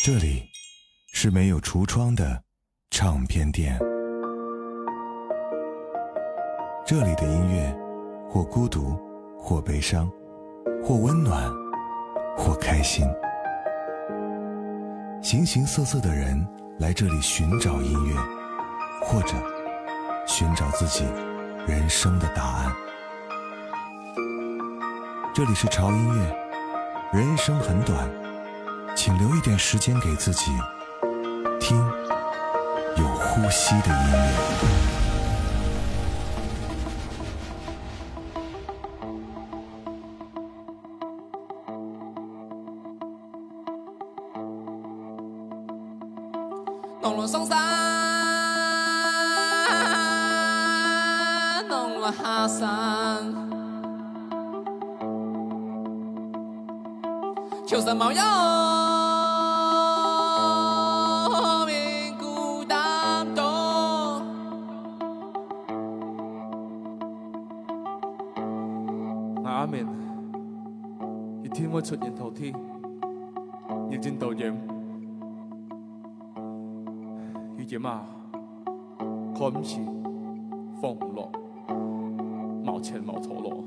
这里是没有橱窗的唱片店，这里的音乐或孤独，或悲伤，或温暖，或开心。形形色色的人来这里寻找音乐，或者寻找自己人生的答案。这里是潮音乐，人生很短，请留一点时间给自己，听有呼吸的音乐。 弄了上山，弄了下山，求生冒药，面孤单多。 阿明，熱天會出現頭天，疫症導染。預檢啊，看唔似，放唔落，冇錢冇錯咯。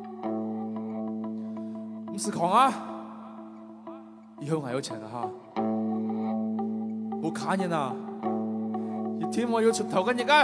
唔是狂啊！以後還有錢了哈！我看見啊，熱天我要出頭跟疫啊！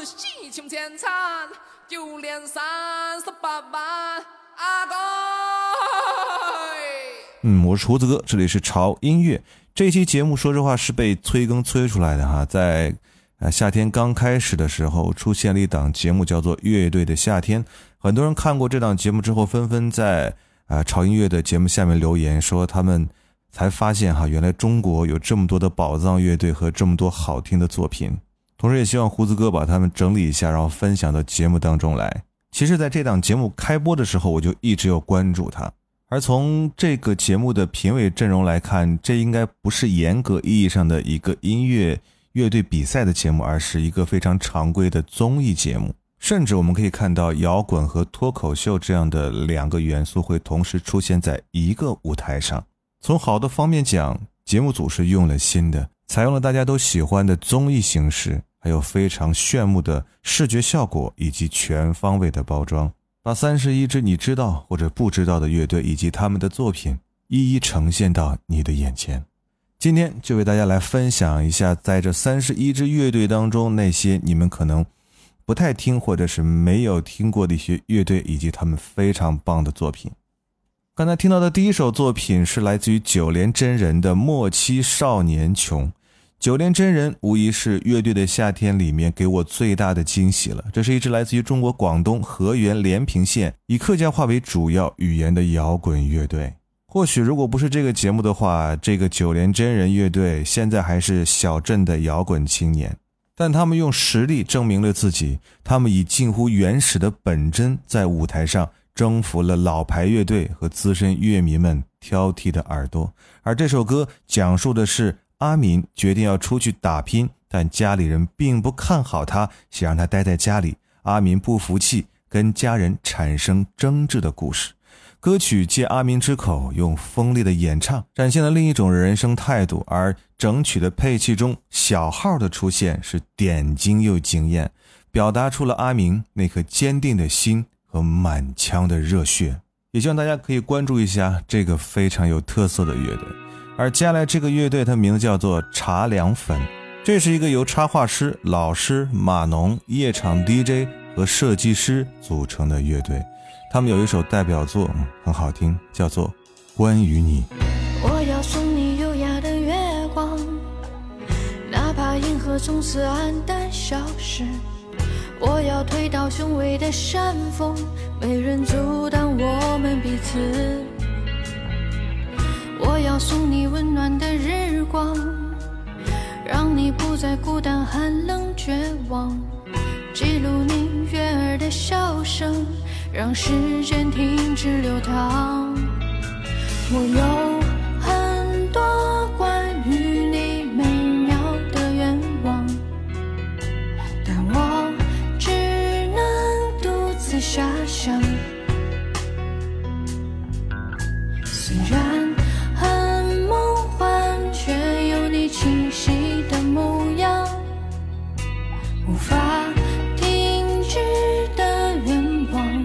喜庆前产，就连38万阿哥。 我是胡子哥，这里是潮音乐。这期节目说实话是被催更催出来的哈，在夏天刚开始的时候出现了一档节目叫做乐队的夏天，很多人看过这档节目之后纷纷在潮音乐的节目下面留言，说他们才发现哈，原来中国有这么多的宝藏乐队和这么多好听的作品，同时也希望胡子哥把他们整理一下，然后分享到节目当中来。其实在这档节目开播的时候我就一直有关注它，而从这个节目的评委阵容来看，这应该不是严格意义上的一个音乐乐队比赛的节目，而是一个非常常规的综艺节目。甚至我们可以看到摇滚和脱口秀这样的两个元素会同时出现在一个舞台上。从好的方面讲，节目组是用了心的，采用了大家都喜欢的综艺形式，还有非常炫目的视觉效果以及全方位的包装，把31支你知道或者不知道的乐队以及他们的作品一一呈现到你的眼前。今天就为大家来分享一下在这31支乐队当中那些你们可能不太听或者是没有听过的一些乐队以及他们非常棒的作品。刚才听到的第一首作品是来自于九连真人的《莫欺少年穷》。九连真人无疑是乐队的夏天里面给我最大的惊喜了，这是一支来自于中国广东河源连平县以客家话为主要语言的摇滚乐队。或许如果不是这个节目的话，这个九连真人乐队现在还是小镇的摇滚青年，但他们用实力证明了自己，他们以近乎原始的本真在舞台上征服了老牌乐队和资深乐迷们挑剔的耳朵。而这首歌讲述的是阿民决定要出去打拼，但家里人并不看好他，想让他待在家里。阿民不服气，跟家人产生争执的故事。歌曲借阿民之口，用锋利的演唱展现了另一种人生态度，而整曲的配器中小号的出现是点睛又惊艳，表达出了阿民那颗坚定的心和满腔的热血。也希望大家可以关注一下这个非常有特色的乐队。而接下来这个乐队它名字叫做茶凉粉，这是一个由插画师、老师、码农、夜场 DJ 和设计师组成的乐队。他们有一首代表作很好听，叫做《关于你》。 我要送你优雅的月光，哪怕银河从此黯淡消失。我要推倒雄伟的山峰，没人阻挡我们彼此。我要送你温暖的日光，让你不再孤单寒冷绝望，记录你悦耳的笑声，让时间停止流淌。我有很多关于你美妙的愿望，但我只能独自遐想。虽然很梦幻，却有你清晰的模样，无法停止的愿望。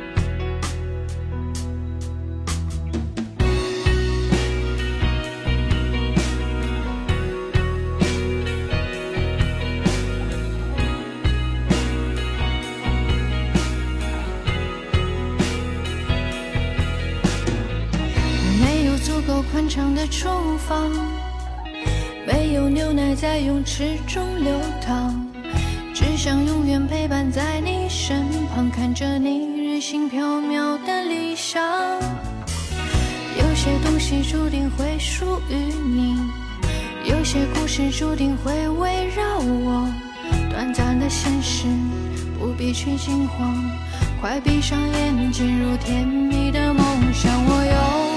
宽敞的厨房，没有牛奶在泳池中流淌，只想永远陪伴在你身旁，看着你日行飘渺的理想。有些东西注定会属于你，有些故事注定会围绕我。短暂的现实不必去惊慌，快闭上眼进入甜蜜的梦想。我有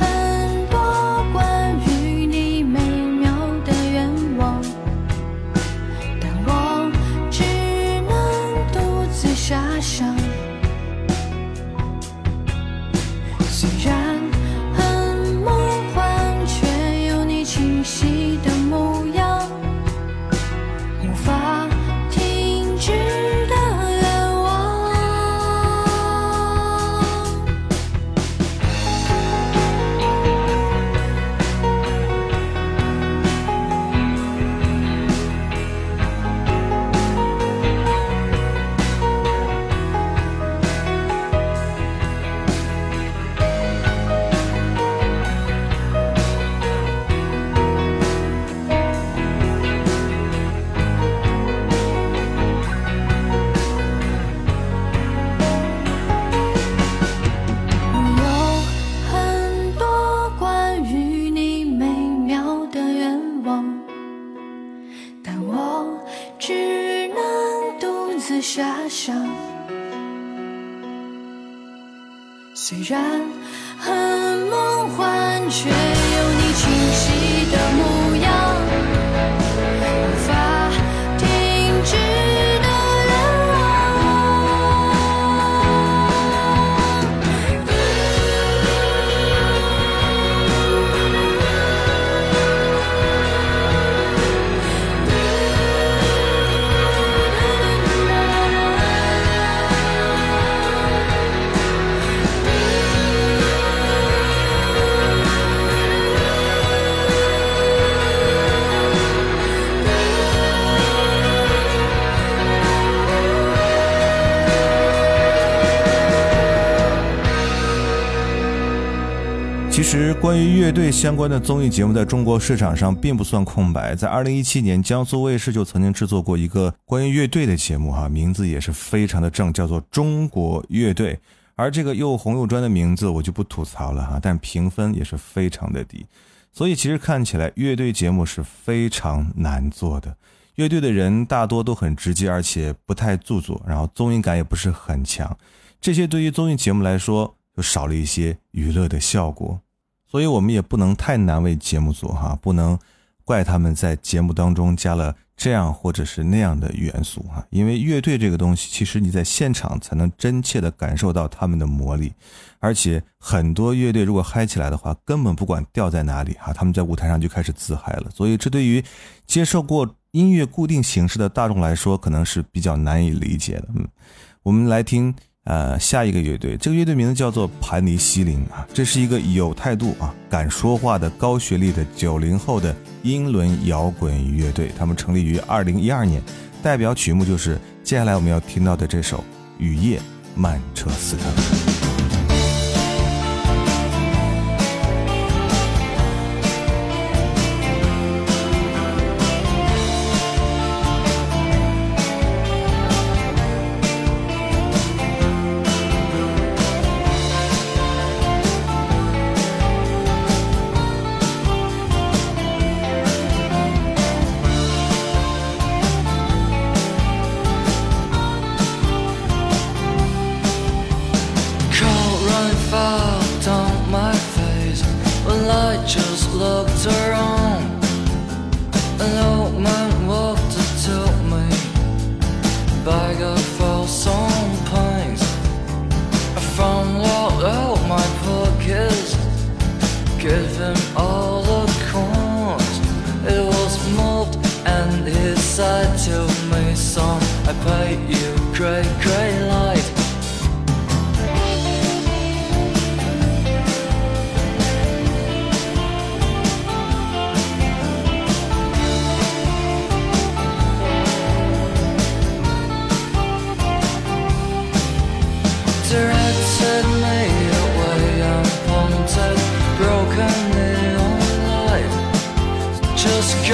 关于你美妙的愿望，但我只能独自遐想。虽然很梦幻，却有你清晰的模样，无法停止的愿望。 他乡。虽然很梦幻，却有你清晰的模样，无法停止的愿望。 其实关于乐队相关的综艺节目在中国市场上并不算空白，在2017年江苏卫视就曾经制作过一个关于乐队的节目，名字也是非常的正，叫做中国乐队。而这个又红又专的名字我就不吐槽了，但评分也是非常的低。所以其实看起来乐队节目是非常难做的，乐队的人大多都很直接，而且不太做作，然后综艺感也不是很强，这些对于综艺节目来说就少了一些娱乐的效果。所以我们也不能太难为节目组不能怪他们在节目当中加了这样或者是那样的元素因为乐队这个东西其实你在现场才能真切的感受到他们的魔力，而且很多乐队如果嗨起来的话根本不管调在哪里他们在舞台上就开始自嗨了，所以这对于接受过音乐固定形式的大众来说可能是比较难以理解的。我们来听下一个乐队，这个乐队名字叫做盘尼西林这是一个有态度敢说话的高学历的90后的英伦摇滚乐队，他们成立于2012年，代表曲目就是接下来我们要听到的这首《雨夜曼彻斯特》。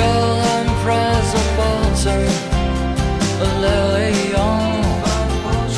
Girl, I'm prize of bottom, a lily on.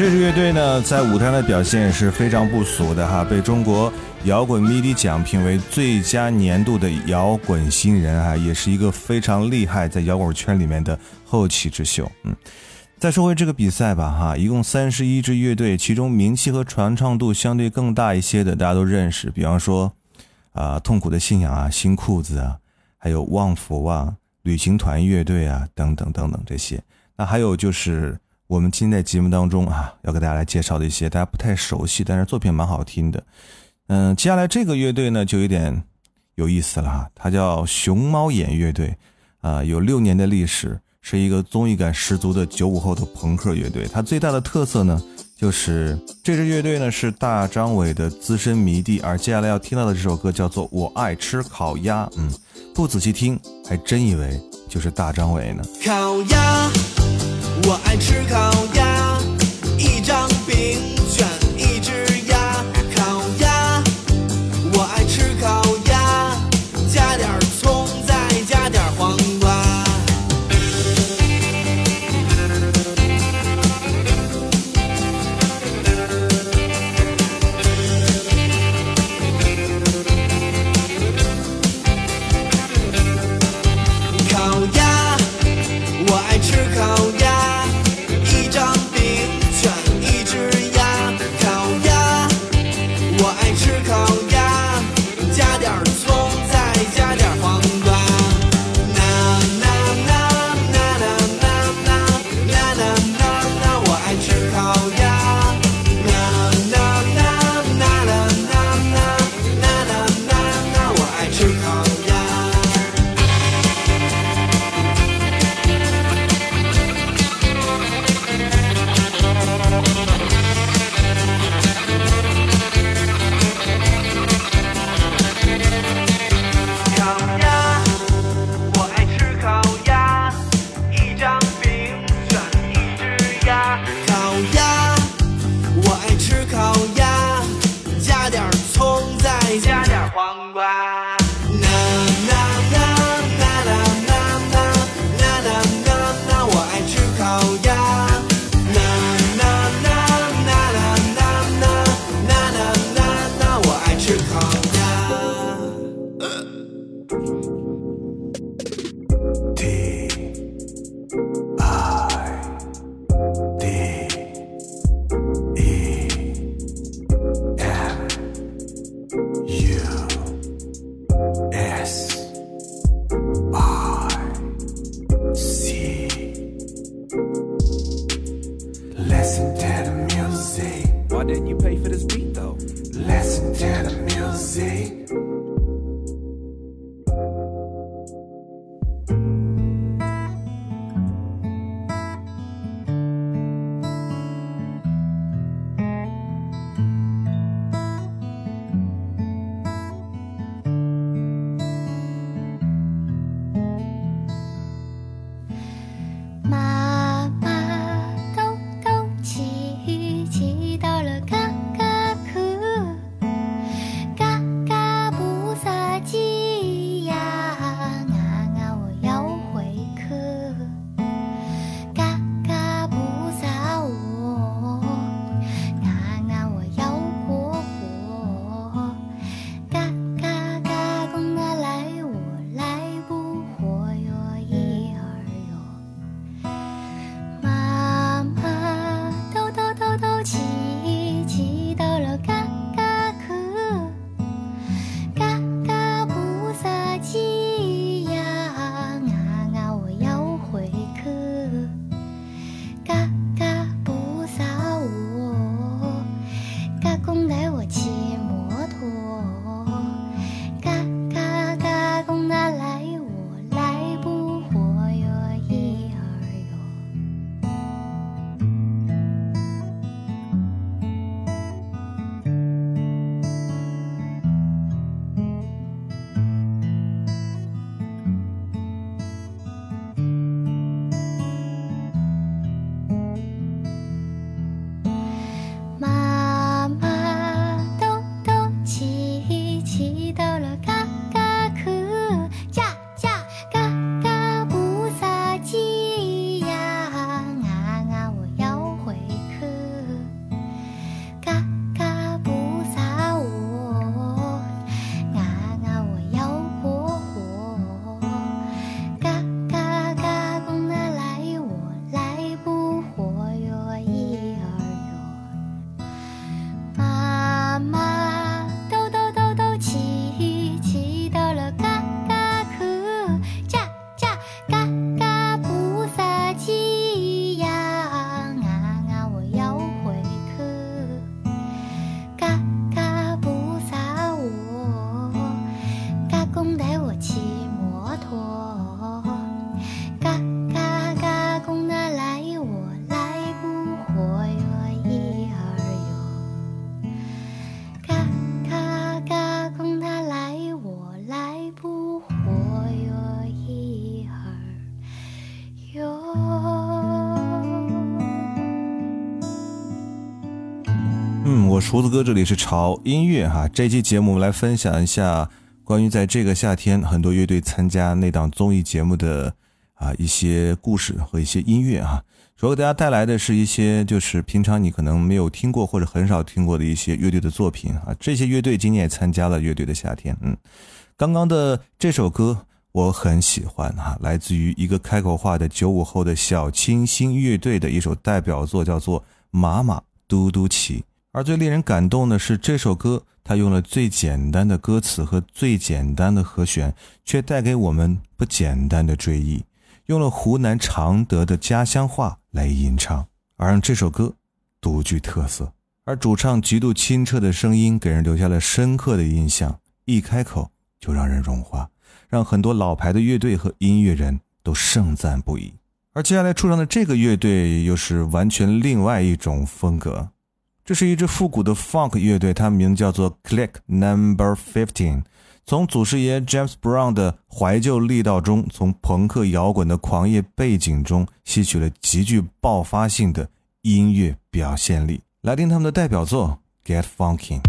这支乐队呢，在舞台上的表现是非常不俗的哈，被中国摇滚迷笛奖评为最佳年度的摇滚新人啊，也是一个非常厉害在摇滚圈里面的后起之秀。再说回这个比赛吧哈，一共31支乐队，其中名气和传唱度相对更大一些的大家都认识，比方说痛苦的信仰啊、新裤子啊，还有旺福啊、旅行团乐队啊等等等等这些。那还有就是我们今天在节目当中啊，要给大家来介绍的一些大家不太熟悉，但是作品蛮好听的。接下来这个乐队呢就有点有意思了哈，它叫熊猫眼乐队有6年的历史，是一个综艺感十足的95后的朋克乐队。它最大的特色呢，就是这支乐队呢是大张伟的资深迷弟，而接下来要听到的这首歌叫做《我爱吃烤鸭》。不仔细听还真以为就是大张伟呢。 烤鸭，我爱吃烤鸭，一张饼卷一只鸭。烤鸭，我爱吃烤鸭，加点葱，再加点黄瓜。烤鸭，我爱吃烤鸭，一张饼卷一只鸭。 我厨子哥，这里是潮音乐哈。这期节目我们来分享一下关于在这个夏天很多乐队参加那档综艺节目的一些故事和一些音乐哈。主要给大家带来的是一些就是平常你可能没有听过或者很少听过的一些乐队的作品啊。这些乐队今年也参加了乐队的夏天。刚刚的这首歌我很喜欢哈，来自于一个开口话的95后的小清新乐队的一首代表作，叫做《马马嘟嘟骑》。而最令人感动的是这首歌，它用了最简单的歌词和最简单的和弦，却带给我们不简单的追忆，用了湖南常德的家乡话来吟唱，而让这首歌独具特色。而主唱极度清澈的声音给人留下了深刻的印象，一开口就让人融化，让很多老牌的乐队和音乐人都盛赞不已。而接下来出场的这个乐队又是完全另外一种风格，这是一支复古的 funk 乐队，它名字叫做 Click No. 15。从祖师爷 James Brown 的怀旧力道中，从朋克摇滚的狂野背景中吸取了极具爆发性的音乐表现力。来听他们的代表作 Get Funky。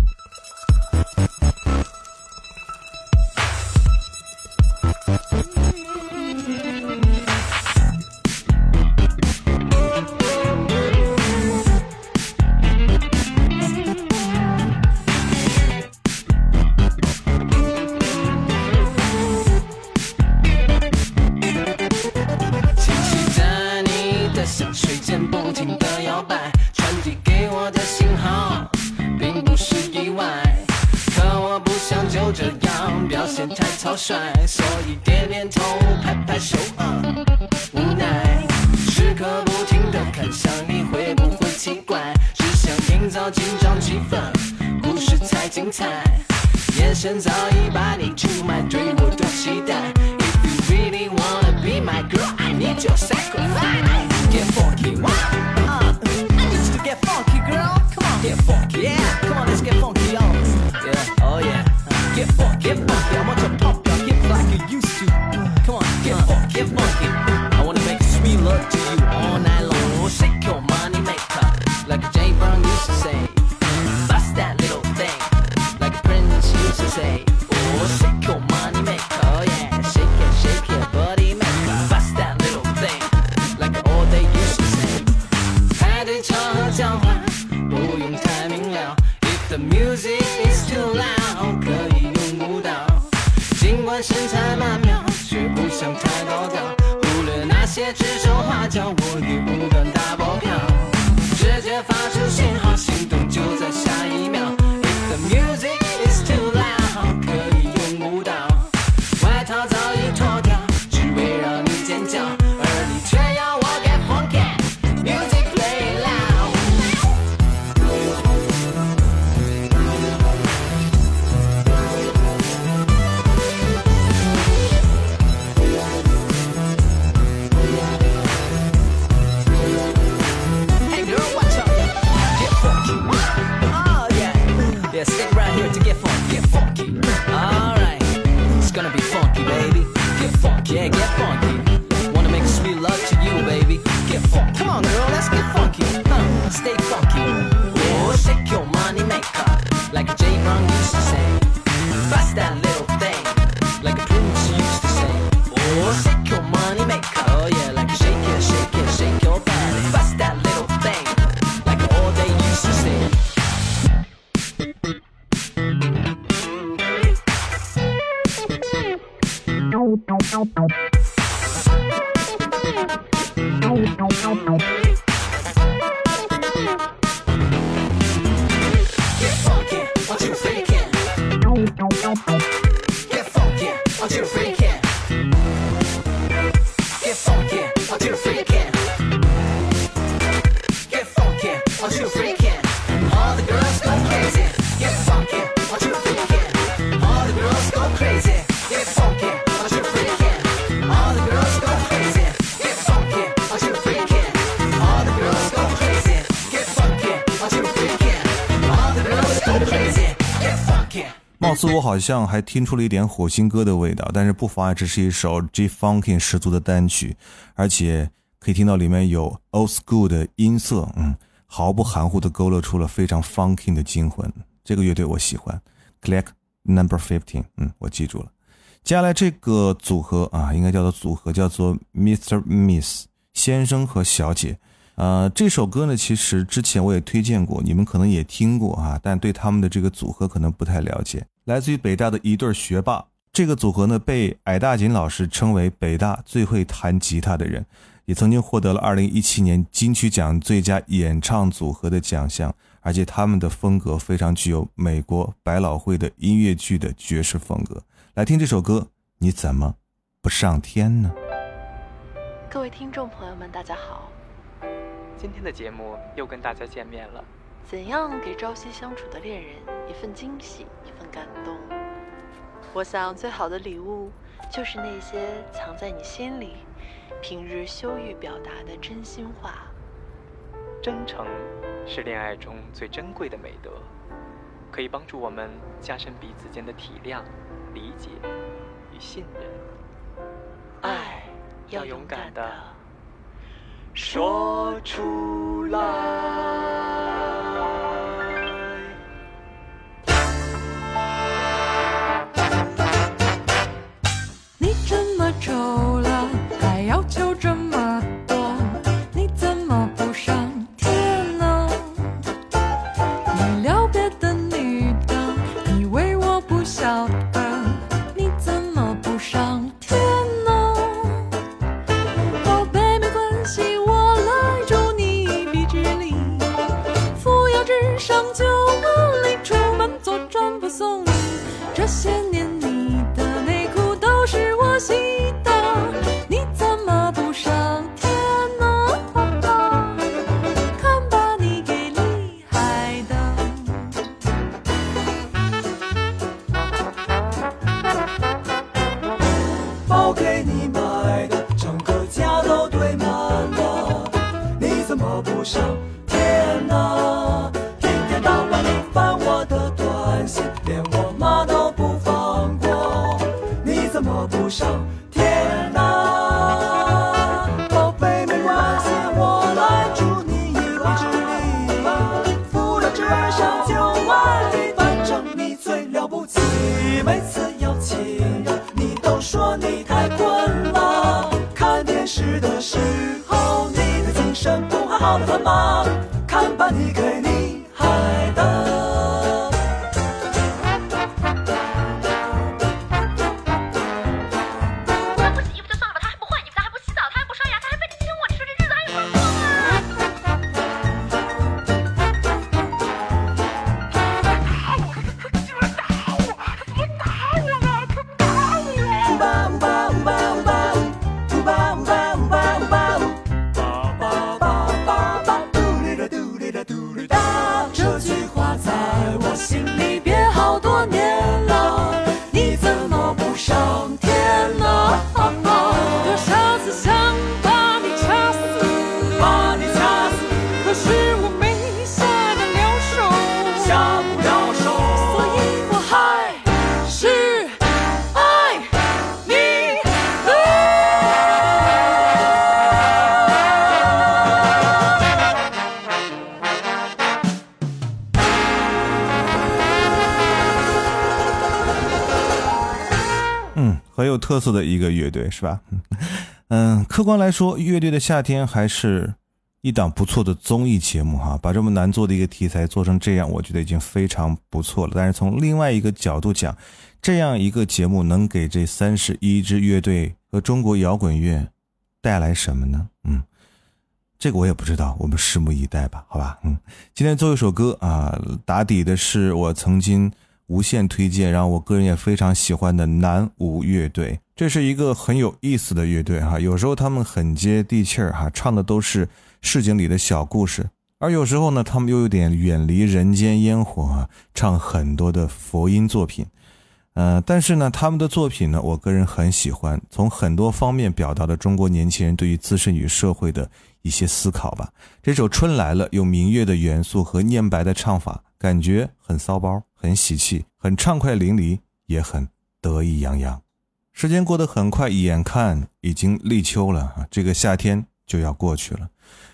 所以点点头拍拍手无奈时刻不停地看向你，会不会奇怪，只想营造紧张气氛，故事才精彩，眼神早已把你出卖，对我的期待。 If you really wanna be my girl, I need your sacrifice. Get funky, I need you to get funky, girl. Come on, get funky, yeah. Come on, let's get funky, yeah, oh yeah. Get funky, get funky. I want your pump your hip like you used to. Come on, get funky, get funky. I wanna make sweet love to you all night long. We'll shake your money maker, like Jay Brown used to say. Bust that little thing, like Prince used to say. Oh, shake your money maker, oh yeah. Shake it, buddy maker. Bust that little thing, like all they used to say. 派对场合交换，不用太明了。If the music is too loud, 可以用舞蹈。尽管身材曼妙，却不想太高调。忽略那些指手画脚，我也不敢打包票。直接发出信号，心动就在下一秒。If the music is too loud, 可以用舞蹈。外套早已脱掉，只为让你尖叫，而你却要我 get funky. Music play loud. Hey girl, watch out. Get funky. Oh yeah. Yeah, stick right here to get funky. Get funky. Alright. It's gonna be funky, baby. Get funky, yeah, get funky. Wanna make sweet love to you, baby. Get funky. Come on, girl, let's get funky. Stay funky. Oh, shake your money maker, like a Jay Brown used to say. Bust that little thing, like a Prince used to say. Oh, shake your money maker, oh yeah, like a shake your body. Bust that little thing, like all they used to say. Get funky, aren't you freaking? Get funky, aren't you freaking? Get funky, aren't you freaking? Get funky, aren't you freaking? All the girls go crazy. Get funky, aren't you freaking? All the girls go crazy. Get funky, aren't you freaking? All the girls go crazy. Get funky, aren't you freaking? All the girls go crazy. Get funky, aren't you freaking? All the girls go crazy. Get funky. 貌似我好像还听出了一点火星哥的味道，但是不妨碍这是一首 G-Funky 十足的单曲，而且可以听到里面有 old school 的音色， 毫不含糊地勾勒出了非常 funky 的精魂。这个乐队我喜欢 Click Number 15， 我记住了。接下来这个组合啊，应该叫做组合，叫做 Mr. Miss 先生和小姐。这首歌呢，其实之前我也推荐过，你们可能也听过啊，但对他们的这个组合可能不太了解。来自于北大的一对学霸，这个组合呢被矮大紧老师称为北大最会弹吉他的人，也曾经获得了2017年金曲奖最佳演唱组合的奖项，而且他们的风格非常具有美国百老汇的音乐剧的爵士风格。来听这首歌，你怎么不上天呢？ 各位听众朋友们，大家好。 今天的节目又跟大家见面了。 怎样给朝夕相处的恋人一份惊喜，一份感动？我想最好的礼物就是那些藏在你心里，平日羞于表达的真心话。 真诚是恋爱中最珍贵的美德，可以帮助我们加深彼此间的体谅、理解与信任。 爱要勇敢的说出来。 你这么丑了，还要求这么多，你怎么不上天呢？你撩别的女的，以为我不晓得，你怎么不上天呢？宝贝，没关系，我来助你一臂之力，扶摇直上9万里，出门左转不送你。这些年你的内裤都是我洗的，你怎么不上天呢？看把你给厉害的。 包给你买的，整个家都堆满了，你怎么不上天呢？天天到晚你翻我的短信，连我妈都不放过，你怎么不上天呢？宝贝，没关系，我来助你一臂之力，扶摇直上9万里，反正你最了不起，每次要亲热你都说你太困了，看电视的时候你的精神不还好得很吗？看把你给厉害的。 他不洗衣服就算了吧，他还不换衣服，他还不洗澡，他还不刷牙，他还非得亲我，你说这日子还有法过这句话在我心里憋好多年了，你怎么不上天呢？ 多少次想把你掐死， 把你掐死， 可是我没下得了手， 下不了手， 所以我还是爱你很有特色的一个乐队是吧？客观来说，乐队的夏天还是一档不错的综艺节目哈，把这么难做的一个题材做成这样，我觉得已经非常不错了。但是从另外一个角度讲，这样一个节目能给这31支乐队和中国摇滚乐带来什么呢？这个我也不知道，我们拭目以待吧，好吧？今天最后一首歌啊，打底的是我曾经无限推荐，然后我个人也非常喜欢的南无乐队。这是一个很有意思的乐队哈，有时候他们很接地气儿哈，唱的都是市井里的小故事，而有时候呢，他们又有点远离人间烟火啊，唱很多的佛音作品。但是呢，他们的作品呢，我个人很喜欢，从很多方面表达了中国年轻人对于自身与社会的一些思考吧。这首《春来了》用民乐的元素和念白的唱法，感觉很骚包，很喜气，很畅快淋漓，也很得意洋洋。时间过得很快，眼看已经立秋了，这个夏天就要过去了。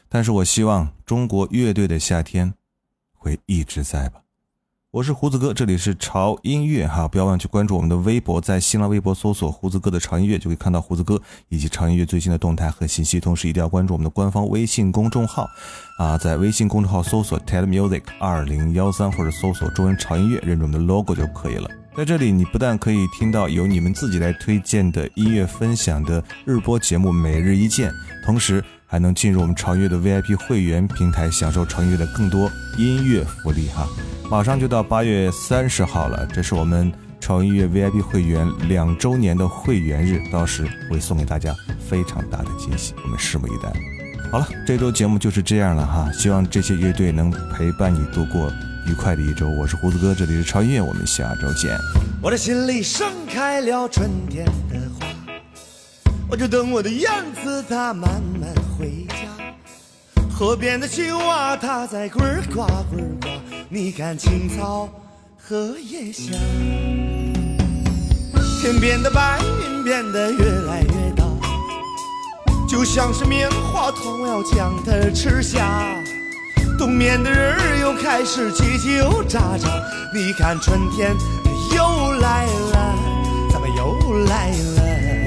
但是我希望中国乐队的夏天会一直在吧。我是胡子哥，这里是潮音乐哈，不要忘记关注我们的微博，在新浪微博搜索胡子哥的潮音乐，就可以看到胡子哥以及潮音乐最新的动态和信息。同时一定要关注我们的官方微信公众号在微信公众号搜索 TEDmusic2013 或者搜索中文潮音乐，认准我们的 logo 就可以了。在这里你不但可以听到由你们自己来推荐的音乐分享的日播节目每日一见，同时还能进入我们潮音乐的 VIP 会员平台，享受潮音乐的更多音乐福利哈。马上就到8月30号了，这是我们潮音乐 VIP 会员2周年的会员日，到时会送给大家非常大的惊喜，我们拭目以待。好了，这周节目就是这样了哈，希望这些乐队能陪伴你度过愉快的一周。我是胡子哥，这里是潮音乐，我们下周见。 我的心里盛开了春天的花，我就等我的燕子它慢慢回家。河边的青蛙它在呱呱呱呱，你看青草荷叶香。天边的白云变得越来越大，就像是棉花糖，我要将它吃下。冬眠的人儿又开始叽叽喳喳，你看春天又来了，咱们又来了。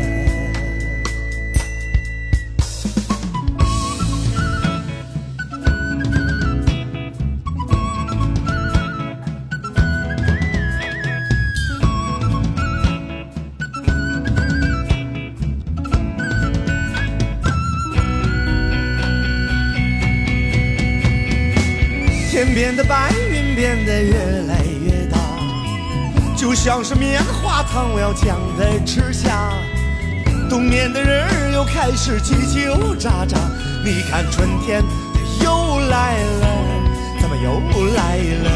天边的白云变得越来越大，就像是棉花糖，我要将它吃下。冬眠的人儿又开始叽叽喳喳，你看春天又来了，咱们又来了。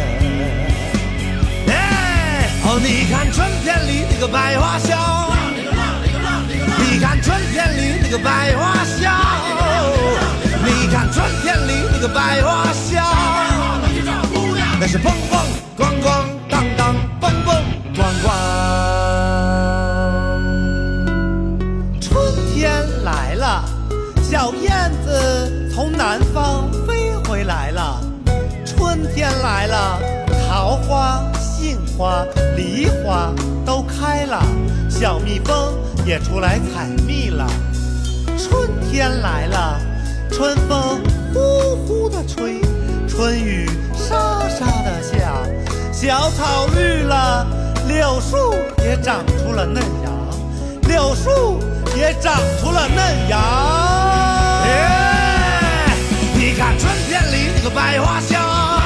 哎，哦，你看春天里那个百花香，你看春天里那个百花香，你看春天里那个百花香，那是蹦蹦咣咣当当，蹦蹦咣咣。春天来了，小燕子从南方飞回来了。春天来了，桃花、杏花、梨花都开了，小蜜蜂也出来采蜜了。春天来了，春风呼呼地吹，春雨沙沙地下，小草绿了，柳树也长出了嫩芽，柳树也长出了嫩芽。你看春天里那个百花香，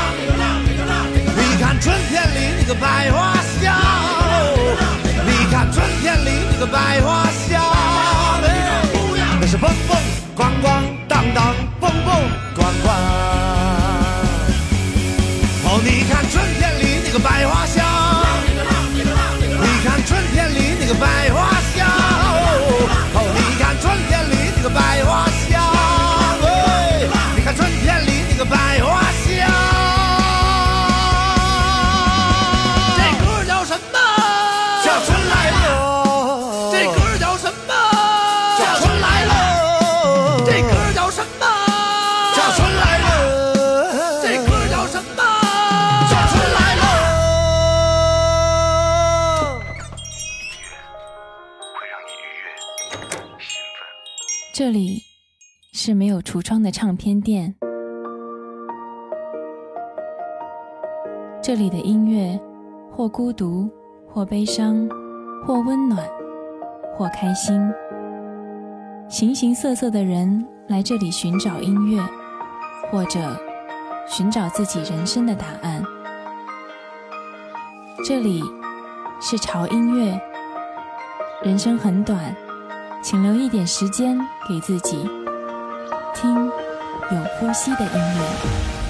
你看春天里那个百花香，你看春天里那个百花香，那是蹦蹦咣咣当当，蹦蹦咣咣。哦，你看春天里那个百花香，你看春天里那个百花香，哦，你看春天里那个百花香，哎，你看春天里那个百花香。这歌叫什么？叫春来了。这歌叫什么？叫春来了。这歌叫什么？叫春来了。这歌叫什么？叫春来了。 会让你愉悦、兴奋。 这里是没有橱窗的唱片店，这里的音乐或孤独，或悲伤，或温暖，或开心。形形色色的人来这里寻找音乐，或者寻找自己人生的答案。这里是潮音乐，人生很短，请留一点时间给自己，听有呼吸的音乐。